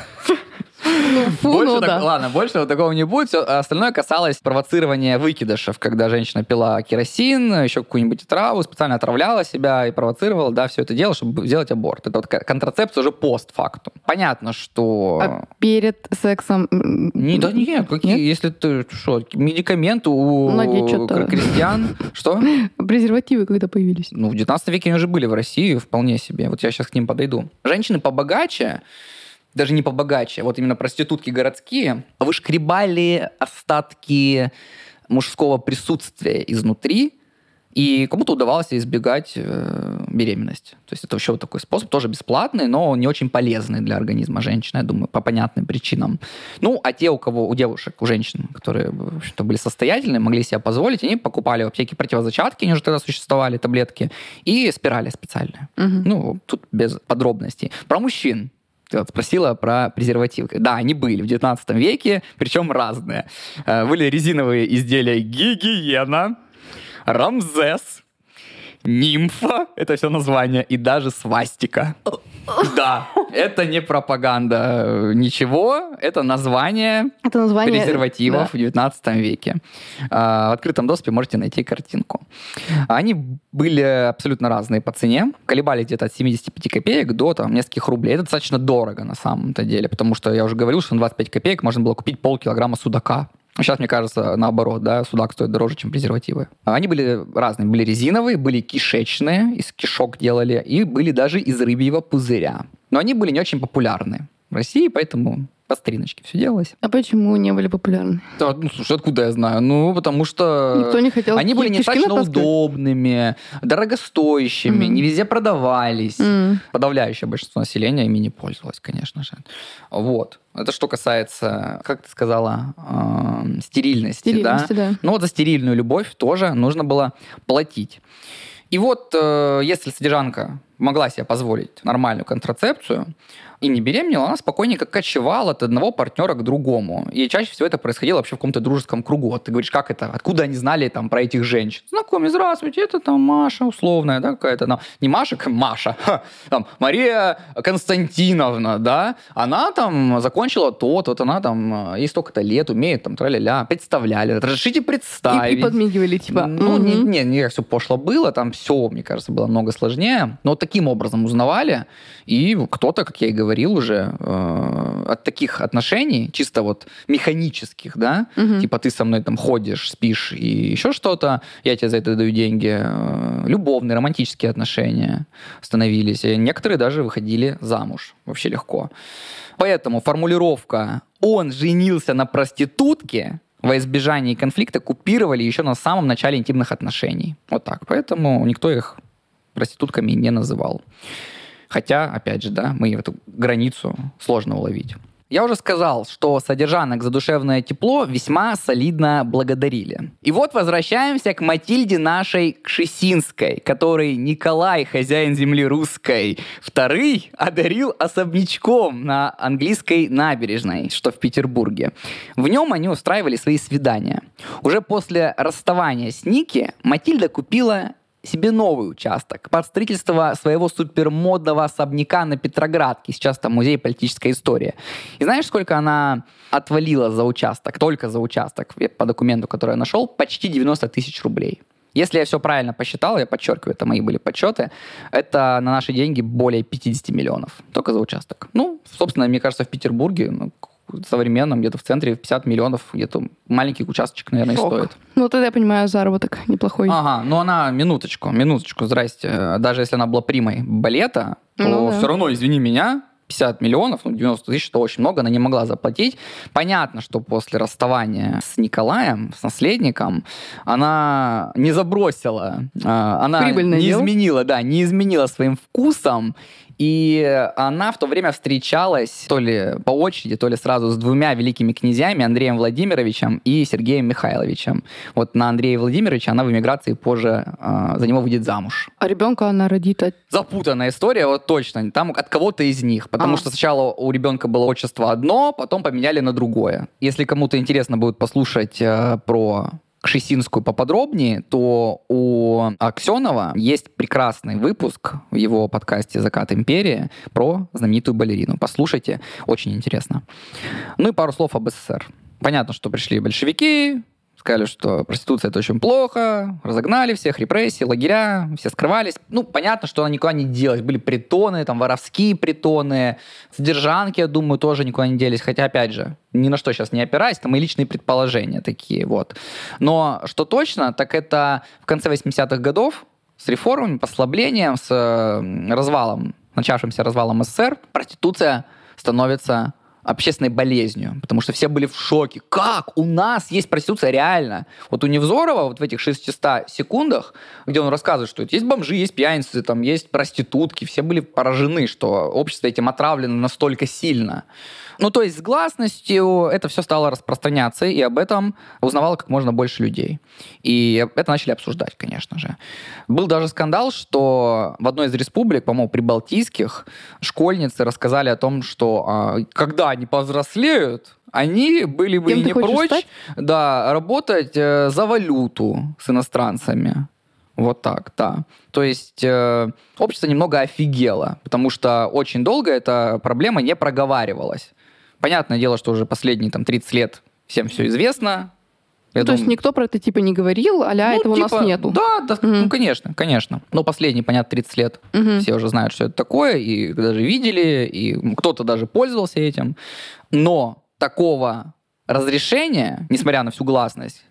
Ну, фу,
больше
ну,
так,
да.
Ладно, больше вот такого не будет. Все остальное касалось провоцирования выкидышев, когда женщина пила керосин, еще какую-нибудь траву, специально отравляла себя и провоцировала, да, все это дело, чтобы сделать аборт. Это вот контрацепция уже постфактум. Понятно, что...
А перед сексом...
Не, да нет, какие,
нет?
если ты что, медикаменты у
Ноги что-то...
крестьян, что?
Презервативы когда появились?
Ну, в девятнадцатом веке они уже были в России, вполне себе. Вот я сейчас к ним подойду. Женщины побогаче, даже не побогаче, вот именно проститутки городские, вышкребали остатки мужского присутствия изнутри, и кому-то удавалось избегать э, беременности. То есть это еще вот такой способ, тоже бесплатный, но не очень полезный для организма женщины, я думаю, по понятным причинам. Ну, а те, у кого, у девушек, у женщин, которые, в общем-то, были состоятельны, могли себе позволить, они покупали в аптеке противозачатки, они уже тогда существовали, таблетки, и спирали специальные. Угу. Ну, тут без подробностей. Про мужчин. Ты вот спросила про презервативы. Да, они были в девятнадцатом веке, причем разные. Были резиновые изделия гигиена, Рамзес, нимфа, это все название, и даже свастика. Да, это не пропаганда ничего, это название, это название презервативов, да, в девятнадцатом веке. В открытом доступе можете найти картинку. Они были абсолютно разные по цене, колебались где-то от семидесяти пяти копеек до там, нескольких рублей. Это достаточно дорого на самом-то деле, потому что я уже говорил, что на двадцать пять копеек можно было купить полкилограмма судака. Сейчас, мне кажется, наоборот, да, судак стоит дороже, чем презервативы. Они были разные. Были резиновые, были кишечные, из кишок делали, и были даже из рыбьего пузыря. Но они были не очень популярны в России, поэтому По стариночке все делалось.
А почему не были популярны?
Да, ну, слушай, откуда я знаю? Ну, потому что
Никто не хотел
они были
ки-
не
кишки
достаточно
натаскивать?
удобными, дорогостоящими,
Мгм.
не везде продавались.
М.
Подавляющее большинство населения ими не пользовалось, конечно же. Вот. Это что касается, как ты сказала, э, стерильности,
Стерильности, да.
Но вот за стерильную любовь тоже нужно было платить. И вот э, если содержанка могла себе позволить нормальную контрацепцию и не беременела, она спокойненько кочевала от одного партнера к другому. И чаще всего это происходило вообще в каком-то дружеском кругу. Вот ты говоришь, как это? Откуда они знали там про этих женщин? Знакомые, здравствуйте, это там Маша условная, да, какая-то. Ну, не Маша, как Маша. Ха, там, Мария Константиновна, да. Она там закончила то-то, вот она там ей столько-то лет, умеет там тра-ля-ля. Представляли. Разрешите представить.
И, и подмигивали, типа.
Ну,
мгм.
не, не, не все пошло было, там все, мне кажется, было много сложнее. Но вот таким образом узнавали, и кто-то, как я и говорил уже, э, от таких отношений, чисто вот механических, да,
Мгм.
типа ты со мной там ходишь, спишь и еще что-то, я тебе за это даю деньги, э, любовные, романтические отношения становились. И некоторые даже выходили замуж вообще легко. Поэтому формулировка «он женился на проститутке» во избежание конфликта купировали еще на самом начале интимных отношений. Вот так. Поэтому никто их проститутками не называл. Хотя, опять же, да, мы эту границу сложно уловить. Я уже сказал, что содержанок за душевное тепло весьма солидно благодарили. И вот возвращаемся к Матильде нашей Кшесинской, которой Николай, хозяин земли русской, второй одарил особнячком на английской набережной, что в Петербурге. В нем они устраивали свои свидания. Уже после расставания с Ники Матильда купила себе новый участок под строительство своего супермодного особняка на Петроградке. Сейчас там музей политической истории. И знаешь, сколько она отвалила за участок? Только за участок, по документу, который я нашел, почти девяносто тысяч рублей. Если я все правильно посчитал, я подчеркиваю, это мои были подсчеты, это на наши деньги более пятьдесят миллионов. Только за участок. Ну, собственно, мне кажется, в Петербурге, ну, современном, где-то в центре пятьдесят миллионов, где-то маленький участочек, наверное,
Шок.
и стоит.
Ну, тогда я понимаю, заработок неплохой.
Ага, ну она, минуточку, минуточку, здрасте. Даже если она была примой балета, то
Ну да.
все равно, извини меня, пятьдесят миллионов, ну, девяносто тысяч, это очень много, она не могла заплатить. Понятно, что после расставания с Николаем, с наследником, она не забросила, а, она
Прибыльное
не
дело.
изменила, да, не изменила своим вкусом, и она в то время встречалась то ли по очереди, то ли сразу с двумя великими князьями, Андреем Владимировичем и Сергеем Михайловичем. Вот на Андрея Владимировича она в эмиграции позже э, за него выйдет замуж.
А ребенка она родит от...
Запутанная история, вот точно, там от кого-то из них. Потому
А.
что сначала у ребенка было отчество одно, потом поменяли на другое. Если кому-то интересно будет послушать э, про Кшесинскую поподробнее, то у Аксенова есть прекрасный выпуск в его подкасте «Закат империи» про знаменитую балерину. Послушайте, очень интересно. Ну и пару слов об СССР. Понятно, что пришли большевики, сказали, что проституция — это очень плохо, разогнали всех, репрессии, лагеря, все скрывались. Ну, понятно, что она никуда не делась. Были притоны, там, воровские притоны, содержанки, я думаю, тоже никуда не делись. Хотя, опять же, ни на что сейчас не опираясь, это мои личные предположения такие, вот. Но что точно, так это в конце восьмидесятых годов с реформами, послаблением, с э, развалом, начавшимся развалом СССР, проституция становится общественной болезнью, потому что все были в шоке. Как? У нас есть проституция реально. Вот у Невзорова вот в этих шестистах секундах, где он рассказывает, что есть бомжи, есть пьяницы, там есть проститутки, все были поражены, что общество этим отравлено настолько сильно. Ну, то есть с гласностью это все стало распространяться, и об этом узнавало как можно больше людей. И это начали обсуждать, конечно же. Был даже скандал, что в одной из республик, по-моему, прибалтийских, школьницы рассказали о том, что а, когда они повзрослеют, они были бы
Кем
и
ты
не
хочешь
прочь
стать?
да, работать э, за валюту с иностранцами. Вот так, да. То есть э, общество немного офигело, потому что очень долго эта проблема не проговаривалась. Понятное дело, что уже последние там, тридцать лет всем все известно.
Ну,
Я
то есть
думаю,
никто про это типа не говорил, а-ля
ну,
этого у нас
типа,
нету.
Да, да,
Мгм.
ну, конечно, конечно. Но последние, понятно, тридцать лет
Мгм.
все уже знают, что это такое, и даже видели, и кто-то даже пользовался этим. Но такого разрешения, несмотря на всю гласность,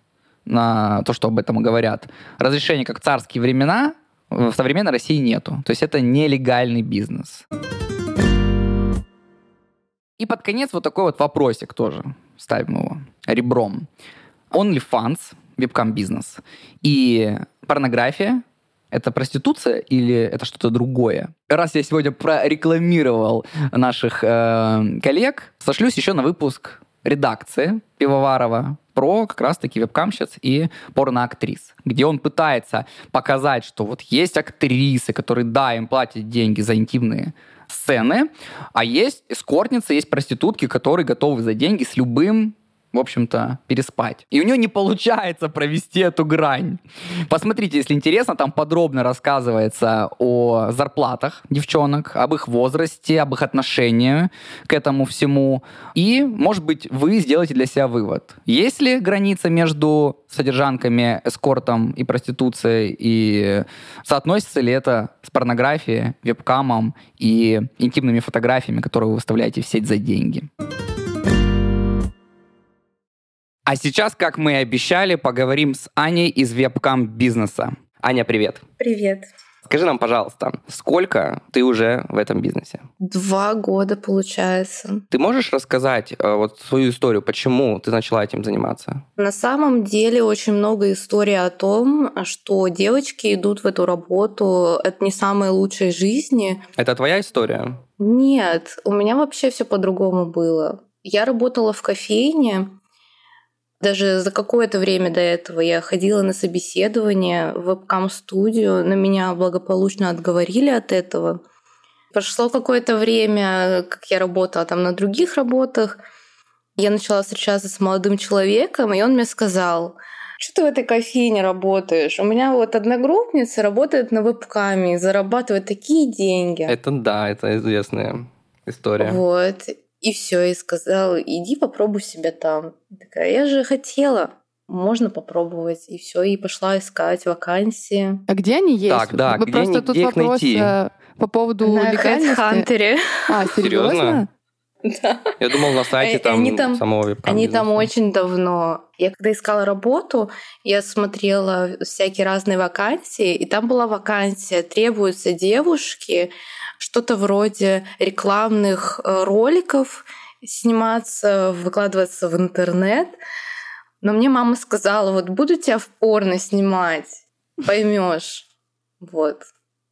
на то, что об этом говорят, разрешения, как в царские времена, в современной России нету. То есть это нелегальный бизнес. И под конец вот такой вот вопросик тоже. Ставим его ребром. OnlyFans, вебкам-бизнес и порнография — это проституция или это что-то другое? Раз я сегодня прорекламировал наших э, коллег, сошлюсь еще на выпуск редакции Пивоварова про как раз-таки вебкамщиц и порноактрис, где он пытается показать, что вот есть актрисы, которые, да, им платят деньги за интимные сцены, а есть эскортницы, есть проститутки, которые готовы за деньги с любым, в общем-то, переспать. И у нее не получается провести эту грань. Посмотрите, если интересно, там подробно рассказывается о зарплатах девчонок, об их возрасте, об их отношении к этому всему. И, может быть, вы сделаете для себя вывод. Есть ли граница между содержанками, эскортом и проституцией, и соотносится ли это с порнографией, вебкамом и интимными фотографиями, которые вы выставляете в сеть за деньги? А сейчас, как мы и обещали, поговорим с Аней из вебкам-бизнеса. Аня, привет.
Привет.
Скажи нам, пожалуйста, сколько ты уже в этом бизнесе?
Два года, получается.
Ты можешь рассказать э, вот свою историю, почему ты начала этим заниматься?
На самом деле очень много историй о том, что девочки идут в эту работу. Это не самая лучшая жизни.
Это твоя история?
Нет, у меня вообще все по-другому было. Я работала в кофейне. Даже за какое-то время до этого я ходила на собеседование в вебкам-студию, на меня благополучно отговорили от этого. Прошло какое-то время, как я работала там на других работах, я начала встречаться с молодым человеком, и он мне сказал: что ты в этой кофейне работаешь? У меня вот одногруппница работает на вебкаме и зарабатывает такие деньги.
Это да, это известная история.
Вот. И все, и сказал: иди попробуй себя там. Я такая: я же хотела, можно попробовать. И все, и пошла искать вакансии.
А где они есть?
Так, да,
Вы
где
просто
они-
тут
где их
вопрос
найти?
э, по поводу
На
легальности.
HeadHunter.
А, серьезно?
Серьезно?
Да.
Я думал, на сайте
Э,
там,
они там-
самого вебкам.
Они там очень давно. Я когда искала работу, я смотрела всякие разные вакансии, и там была вакансия: требуются девушки, что-то вроде рекламных э, роликов, сниматься, выкладываться в интернет. Но мне мама сказала: вот буду тебя в порно снимать, поймешь. Вот.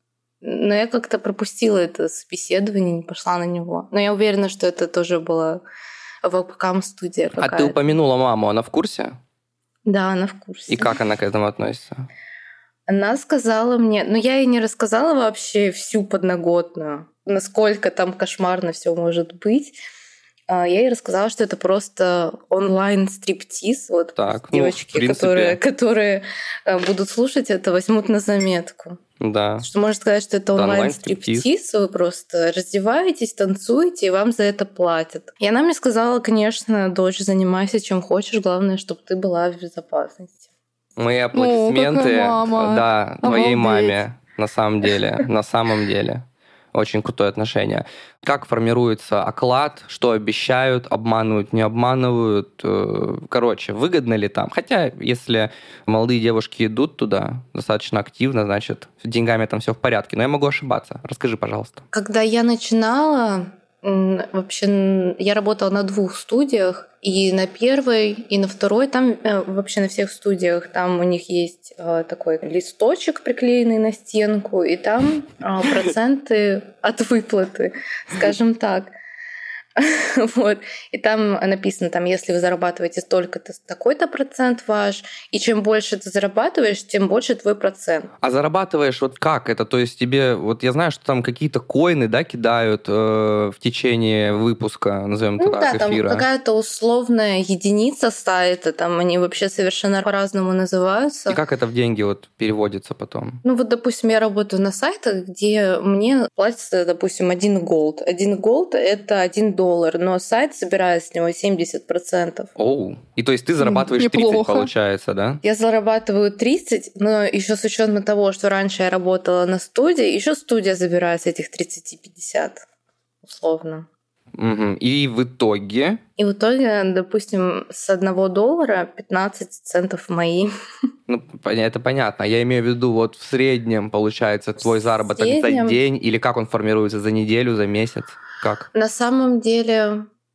Но я как-то пропустила это собеседование, не пошла на него. Но я уверена, что это тоже была вебкам-студия
А
какая-то.
ты упомянула маму, она в курсе?
Да, она в курсе.
И как она к этому относится?
Она сказала мне, но я ей не рассказала вообще всю подноготную, насколько там кошмарно все может быть. А Я ей рассказала, что это просто онлайн-стриптиз. Вот
Так, ну, в
девочки,
принципе.
которые, которые э, будут слушать это, возьмут на заметку.
Да.
Что можно сказать, что это
Да,
онлайн-стриптиз, вы просто раздеваетесь, танцуете, и вам за это платят. И она мне сказала: конечно, дочь, занимайся чем хочешь, главное, чтобы ты была в безопасности.
Мои аплодисменты,
какая мама.
да, твоей
Обалдеть.
маме, на самом деле, на самом деле. Очень крутое отношение. Как формируется оклад, что обещают, обманывают, не обманывают. Э, Короче, выгодно ли там? Хотя, если молодые девушки идут туда достаточно активно, значит, с деньгами там все в порядке. Но я могу ошибаться. Расскажи, пожалуйста.
Когда я начинала, м, вообще м, я работала на двух студиях, и на первой, и на второй, там э, вообще на всех студиях, там у них есть э, такой листочек, приклеенный на стенку, и там э, проценты от выплаты, скажем так. Вот. И там написано, там, если вы зарабатываете столько-то, такой-то процент ваш, и чем больше ты зарабатываешь, тем больше твой процент.
А зарабатываешь вот как это? То есть тебе, вот я знаю, что там какие-то коины, да, кидают э, в течение выпуска, назовем это
Ну
так,
да, там
эфира.
какая-то условная единица сайта, там они вообще совершенно по-разному называются.
И как это в деньги вот переводится потом?
Ну вот, допустим, я работаю на сайтах, где мне платится, допустим, один голд. Один голд — это один доллар, но сайт собирает с него семьдесят процентов.
Оу. И то есть ты зарабатываешь тридцать,
неплохо.
получается, да?
Я зарабатываю тридцать, но еще с учетом того, что раньше я работала на студии, еще студия забирает с этих тридцать пятьдесят, условно.
Мгм. И в итоге...
И в итоге, допустим, с одного доллара пятнадцать центов мои.
Ну, поня- это понятно. Я имею в виду, вот в среднем получается твой
В
заработок
среднем?
за день, или как он формируется, за неделю, за месяц? Как?
На самом деле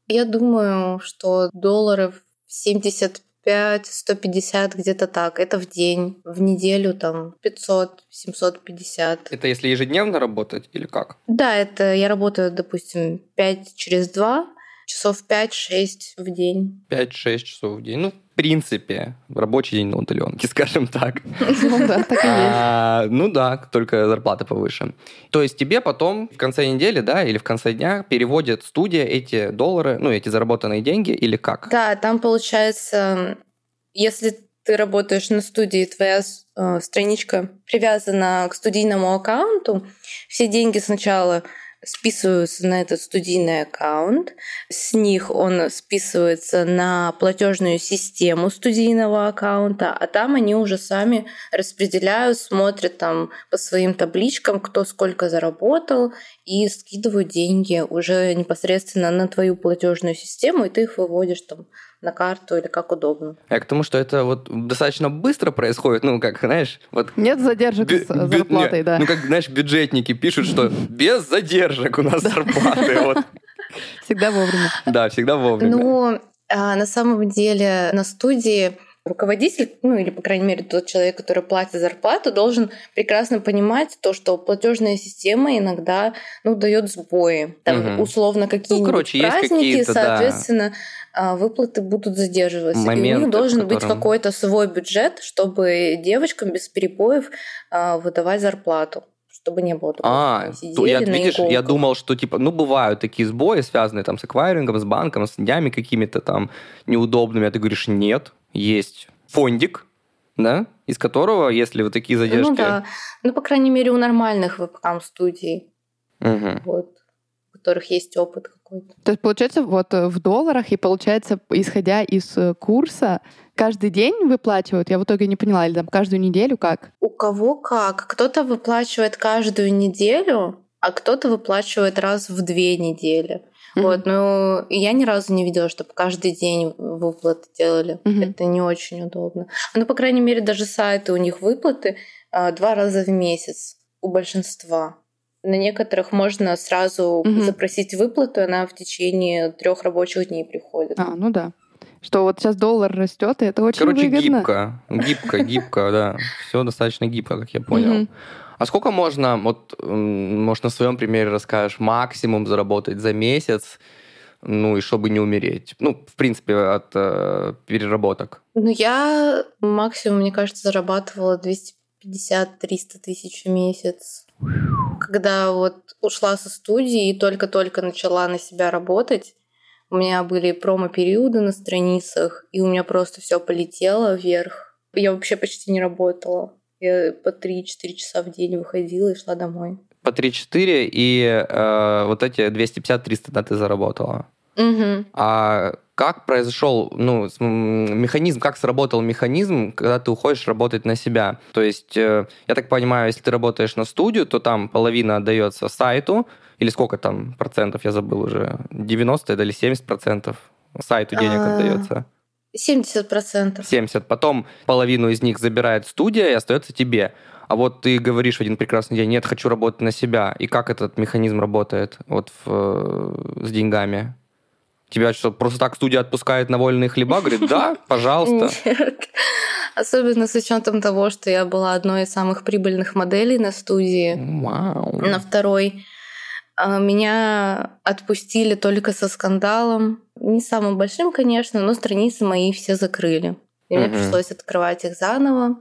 Я думаю, что долларов семьдесят пять сто пятьдесят где-то так. Это в день. В неделю там пятьсот семьсот пятьдесят.
Это если ежедневно работать или как?
Да, это я работаю, допустим, пять через два, часов пять-шесть в день.
пять-шесть часов в день. Ну, в принципе, рабочий день на удаленке, скажем так.
Ну да, так и есть.
Ну да, только зарплата повыше. То есть тебе потом в конце недели, да, или в конце дня переводит студия эти доллары, ну, эти заработанные деньги, или как?
Да, там получается, если ты работаешь на студии, твоя э, страничка привязана к студийному аккаунту, все деньги сначала списываются на этот студийный аккаунт, с них он списывается на платежную систему студийного аккаунта, а там они уже сами распределяют, смотрят там по своим табличкам, кто сколько заработал, и скидывают деньги уже непосредственно на твою платежную систему, и ты их выводишь там на карту или как удобно.
Я к тому, что это вот достаточно быстро происходит, ну, как, знаешь, вот...
Нет задержек
бю-
с зарплатой,
бю-
да.
Ну, как, знаешь, бюджетники пишут, что без задержек у нас зарплаты. Вот.
Всегда вовремя.
Да, всегда вовремя.
Ну, а на самом деле на студии руководитель, ну или, по крайней мере, тот человек, который платит зарплату, должен прекрасно понимать то, что платежная система иногда ну, дает сбои. Там
Мгм.
условно какие-нибудь
Ну, короче, есть
праздники,
какие-то, да.
соответственно, а, выплаты будут задерживаться. И у
Моменты,
них должен
в
быть
котором-
какой-то свой бюджет, чтобы девочкам без перебоев а, выдавать зарплату. Чтобы не было такого,
А,
что они
то я,
сидели на
видишь, я
иголках.
думал, что типа, ну, бывают такие сбои, связанные там с эквайрингом, с банком, с днями какими-то там неудобными, а ты говоришь, нет, есть фондик, да, из которого, если вот такие задержки...
Ну да. Ну, по крайней мере, у нормальных вебкам-студий,
Мгм.
вот, у которых есть опыт какой-то.
То есть, получается, вот э, в долларах, и получается, исходя из э, курса, каждый день выплачивают? Я в итоге не поняла, или там каждую неделю как?
У кого как. Кто-то выплачивает каждую неделю, а кто-то выплачивает раз в две недели.
Мгм.
Вот, но я ни разу не видела, чтобы каждый день выплаты делали.
Мгм.
Это не очень удобно. Ну, по крайней мере, даже сайты у них выплаты а, два раза в месяц у большинства. На некоторых можно сразу
Мгм.
запросить выплату, она в течение трех рабочих дней приходит.
А, ну да. Что вот сейчас доллар растет, и это очень
Короче,
выгодно.
гибко, гибко, гибко, да. Все достаточно гибко, как я понял.
Мгм.
А сколько можно, вот, м, может, на своем примере расскажешь, максимум заработать за месяц, ну, и чтобы не умереть? Ну, в принципе, от э, переработок.
Ну, я максимум, мне кажется, зарабатывала двести пятьдесят - триста тысяч в месяц. Когда вот ушла со студии и только-только начала на себя работать, у меня были промо-периоды на страницах, и у меня просто все полетело вверх. Я вообще почти не работала. Я по три-четыре часа в день выходила и шла домой.
По три-четыре, и э, вот эти двести пятьдесят - триста, да, ты заработала.
Угу.
А как произошел, ну, с- м, механизм, как сработал механизм, когда ты уходишь работать на себя? То есть, э, я так понимаю, если ты работаешь на студию, то там половина отдается сайту, или сколько там процентов, я забыл уже, девяносто или семьдесят процентов сайту денег
А.
отдается?
семьдесят процентов.
семьдесят. Потом половину из них забирает студия и остается тебе. А вот ты говоришь в один прекрасный день, нет, хочу работать на себя. И как этот механизм работает вот в, э, с деньгами? Тебя что, просто так студия отпускает на вольные хлеба? Говорит, да, пожалуйста.
Нет. Особенно с учетом того, что я была одной из самых прибыльных моделей на студии.
Вау.
На второй. А, Меня отпустили только со скандалом. Не самым большим, конечно, но страницы мои все закрыли. И мне
Мгм.
пришлось открывать их заново.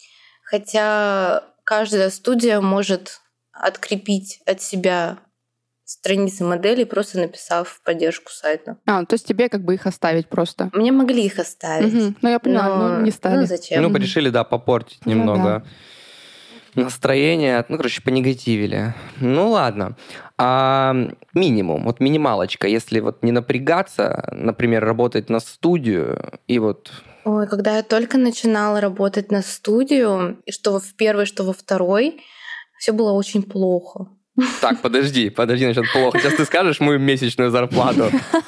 Хотя каждая студия может открепить от себя страницы моделей, просто написав в поддержку сайта.
А, то есть тебе как бы их оставить просто.
Мне могли их оставить.
Мгм. Ну, я поняла,
но-
но не стали.
Ну, зачем?
Ну, решили, да, попортить
Ну,
немного настроение. Ну, короче, понегативили. Ну, ладно. А минимум, вот минималочка, если вот не напрягаться, например, работать на студию и вот...
Ой, когда я только начинала работать на студию, и что в первой, что во второй, все было очень плохо.
Так, подожди, подожди, насчет плохо. Сейчас ты скажешь мою месячную зарплату.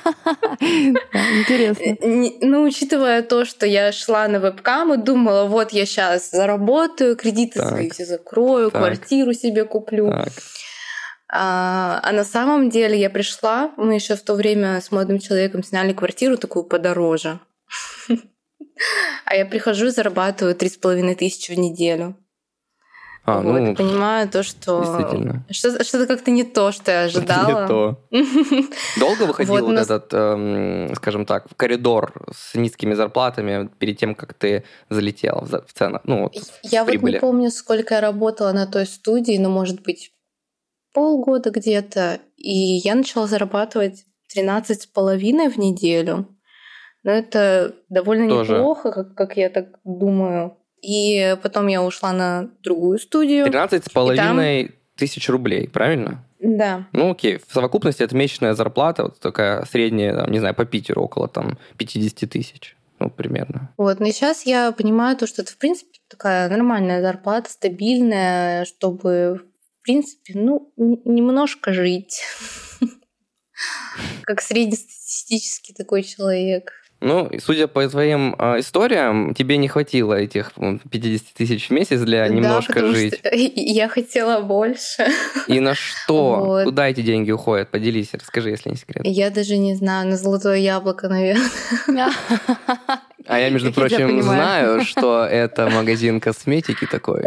Да, интересно.
Э, не- Ну, учитывая то, что я шла на вебкам и думала, вот я сейчас заработаю, кредиты
Так.
свои все закрою,
Так.
квартиру себе куплю.
Так.
А, а на самом деле я пришла, мы еще в то время с молодым человеком сняли квартиру такую подороже. А я прихожу и зарабатываю три с половиной тысячи в неделю.
А,
вот,
ну,
и понимаю то, что что- что-то как-то не то, что я ожидала.
Не то. Долго выходил
Вот,
вот
у нас-
этот, эм, скажем так, в коридор с низкими зарплатами перед тем, как ты залетела в за- в цену? Ну, вот,
Я
в
вот не
прибыли.
помню, сколько я работала на той студии, но, может быть, полгода где-то. И я начала зарабатывать тринадцать с половиной в неделю. Но это довольно
Тоже.
неплохо, как, как я так думаю. И потом я ушла на другую студию.
тринадцать с половиной тысяч рублей, правильно?
Да.
Ну, окей. В совокупности это месячная зарплата, вот такая средняя, там, не знаю, по Питеру около там пятьдесят тысяч. Ну, примерно.
Вот, но сейчас я понимаю то, что это, в принципе, такая нормальная зарплата, стабильная, чтобы, в принципе, ну, н- немножко жить. Как среднестатистический такой человек.
Ну, и судя по твоим а, историям, тебе не хватило этих м, пятьдесят тысяч в месяц для
Да,
немножко
потому
жить.
что я хотела больше.
И на что?
Вот.
Куда эти деньги уходят? Поделись, расскажи, если не секрет.
Я даже не знаю, на золотое яблоко, наверное.
А я, между
Как я тебя
прочим,
понимаю.
знаю, что это магазин косметики такой.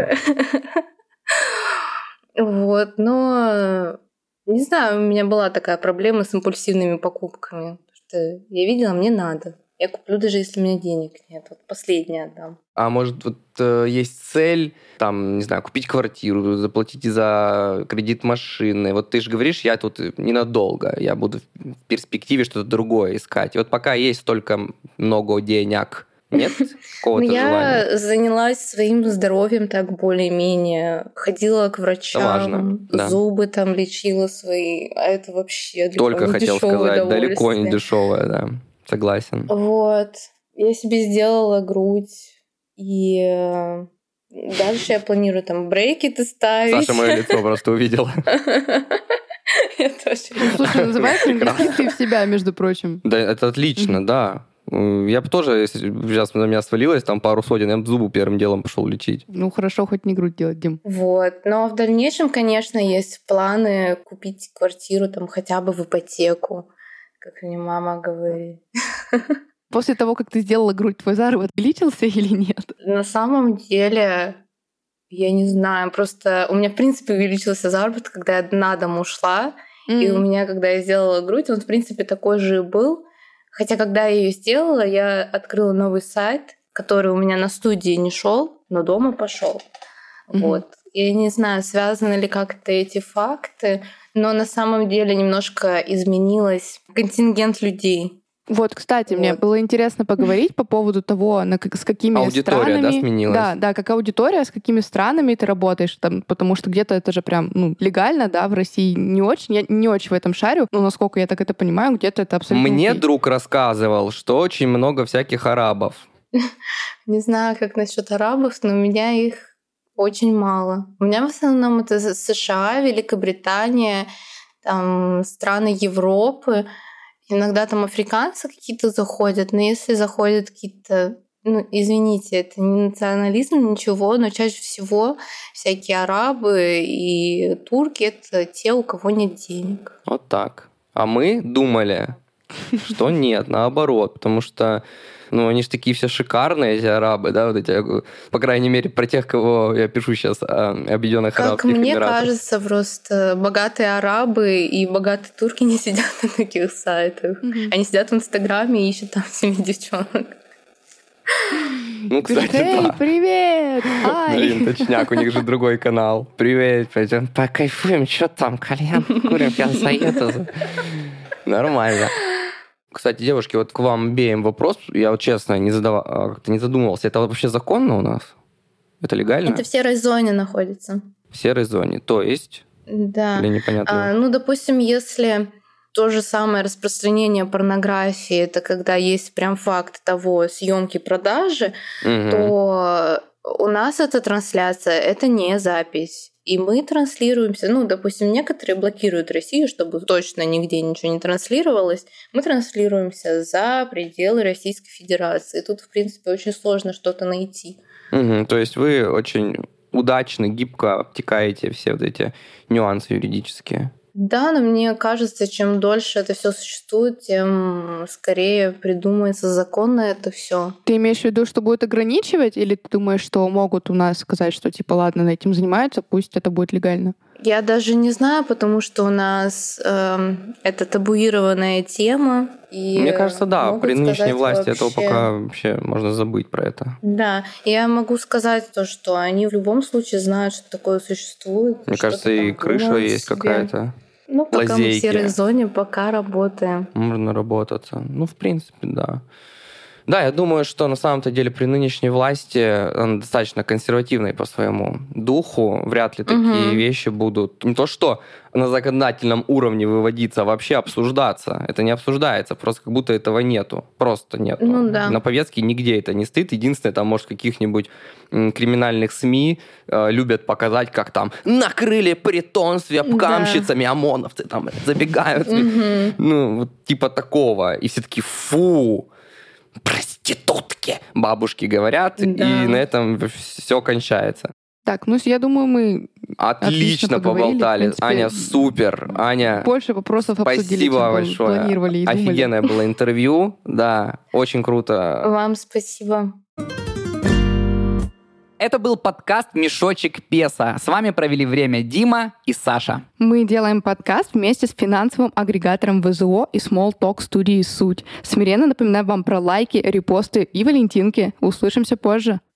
Вот, но не знаю, у меня была такая проблема с импульсивными покупками. Потому что я видела, мне надо. Я куплю, даже если у меня денег нет. Вот последнее отдам.
А может, вот э, есть цель, там, не знаю, купить квартиру, заплатить за кредит машины. Вот ты же говоришь, я тут ненадолго, я буду в перспективе что-то другое искать. И вот пока есть столько много денег, нет какого-то
Ну,
желания?
я занялась своим здоровьем так более-менее. Ходила к врачам,
важно, да.
зубы там лечила свои. А это вообще далеко
Только
не
хотел
дешёвое
сказать, далеко не
удовольствие.
дешевое, да. Согласен.
Вот. Я себе сделала грудь. И э, дальше я планирую там брекеты ставить.
Саша мое лицо просто увидела.
Я тоже.
Слушай, называется инвестиции в себя, между прочим.
Да, это отлично, да. Я бы тоже, если сейчас на меня свалилось там пару сотен, я бы зубы первым делом пошел лечить.
Ну, хорошо, хоть не грудь делать, Дим.
Вот. Но в дальнейшем, конечно, есть планы купить квартиру там хотя бы в ипотеку, как мне мама говорит.
После того, как ты сделала грудь, твой заработок увеличился или нет?
На самом деле, я не знаю, просто у меня, в принципе, увеличился заработок, когда я на дом ушла, и у меня, когда я сделала грудь, он, в принципе, такой же и был. Хотя, когда я ее сделала, я открыла новый сайт, который у меня на студии не шел, но дома пошел.
Мгм.
Вот. Я не знаю, связаны ли как-то эти факты, но на самом деле немножко изменилось контингент людей.
Вот, кстати, мне
Вот.
было интересно поговорить по поводу того, на как- с какими
Аудитория, да,
странами...
сменилась?
Да, да, как аудитория, с какими странами ты работаешь, там, потому что где-то это же прям ну, легально, да, в России не очень. Я не очень в этом шарю, но насколько я так это понимаю, где-то это абсолютно
Мне
окей.
друг рассказывал, что очень много всяких арабов.
Не знаю, как насчет арабов, но у меня их очень мало. У меня в основном это США, Великобритания, там страны Европы. Иногда там африканцы какие-то заходят, но если заходят какие-то, ну, извините, это не национализм, ничего, но чаще всего всякие арабы и турки — это те, у кого нет денег.
Вот так. А мы думали, что нет, наоборот, потому что ну, они же такие все шикарные, эти арабы, да, вот эти, по крайней мере, про тех, кого я пишу сейчас о Объединенных
Как
Арабских
мне
Эмиратах.
кажется, просто богатые арабы и богатые турки не сидят на таких сайтах.
Мгм.
Они сидят в Инстаграме и ищут там себе девчонок.
Ну, кстати,
Эй,
да.
привет! Ай!
Блин, точняк, у них же другой канал. Привет, пойдем покайфуем, что там, кальян курим, я заеду. Нормально. Кстати, девушки, вот к вам обеим вопрос. Я вот честно не задавал, как-то не задумывался. Это вообще законно у нас? Это легально?
Это в серой зоне находится.
В серой зоне. То есть?
Да.
Или непонятно?
А, ну, допустим, если то же самое распространение порнографии, это когда есть прям факт того съемки, продажи,
Мгм.
то у нас эта трансляция — это не запись. И мы транслируемся, ну, допустим, некоторые блокируют Россию, чтобы точно нигде ничего не транслировалось. Мы транслируемся за пределы Российской Федерации. Тут, в принципе, очень сложно что-то найти.
Мгм. То есть вы очень удачно, гибко обтекаете все вот эти нюансы юридические.
Да, но мне кажется, чем дольше это все существует, тем скорее придумается законно это все.
Ты имеешь в виду, что будет ограничивать, или ты думаешь, что могут у нас сказать, что типа ладно, этим занимаются, пусть это будет легально?
Я даже не знаю, потому что у нас э, это табуированная тема. И
мне кажется, да, при нынешней власти
вообще...
этого пока вообще можно забыть про это.
Да, я могу сказать то, что они в любом случае знают, что такое существует.
Мне кажется, и крыша есть себе. Какая-то.
Ну, пока
лазейки.
Мы в серой зоне, пока работаем.
Можно работаться. Ну, в принципе, да. Да, я думаю, что на самом-то деле при нынешней власти она достаточно консервативной по своему духу. Вряд ли такие угу. вещи будут не то что на законодательном уровне выводиться, а вообще обсуждаться. Это не обсуждается, просто как будто этого нету. Просто нету.
Ну, да.
На повестке нигде это не стоит. Единственное, там, может, в каких-нибудь криминальных СМИ э, любят показать, как там накрыли притон с вебкамщицами, да. ОМОНовцы там забегают. Угу. Ну, вот типа такого. И все таки фу, проститутки, бабушки говорят, да. И на этом все кончается.
Так, ну я думаю, мы
отлично поболтали. Аня, супер. Аня,
больше вопросов обсудили,
спасибо большое.
Планировали и думали.
Офигенное было интервью. Да, очень круто.
Вам спасибо.
Это был подкаст «Мешочек песо». С вами провели время Дима и Саша.
Мы делаем подкаст вместе с финансовым агрегатором ВЗО и Small Talk студии «Суть». Смиренно напоминаю вам про лайки, репосты и валентинки. Услышимся позже.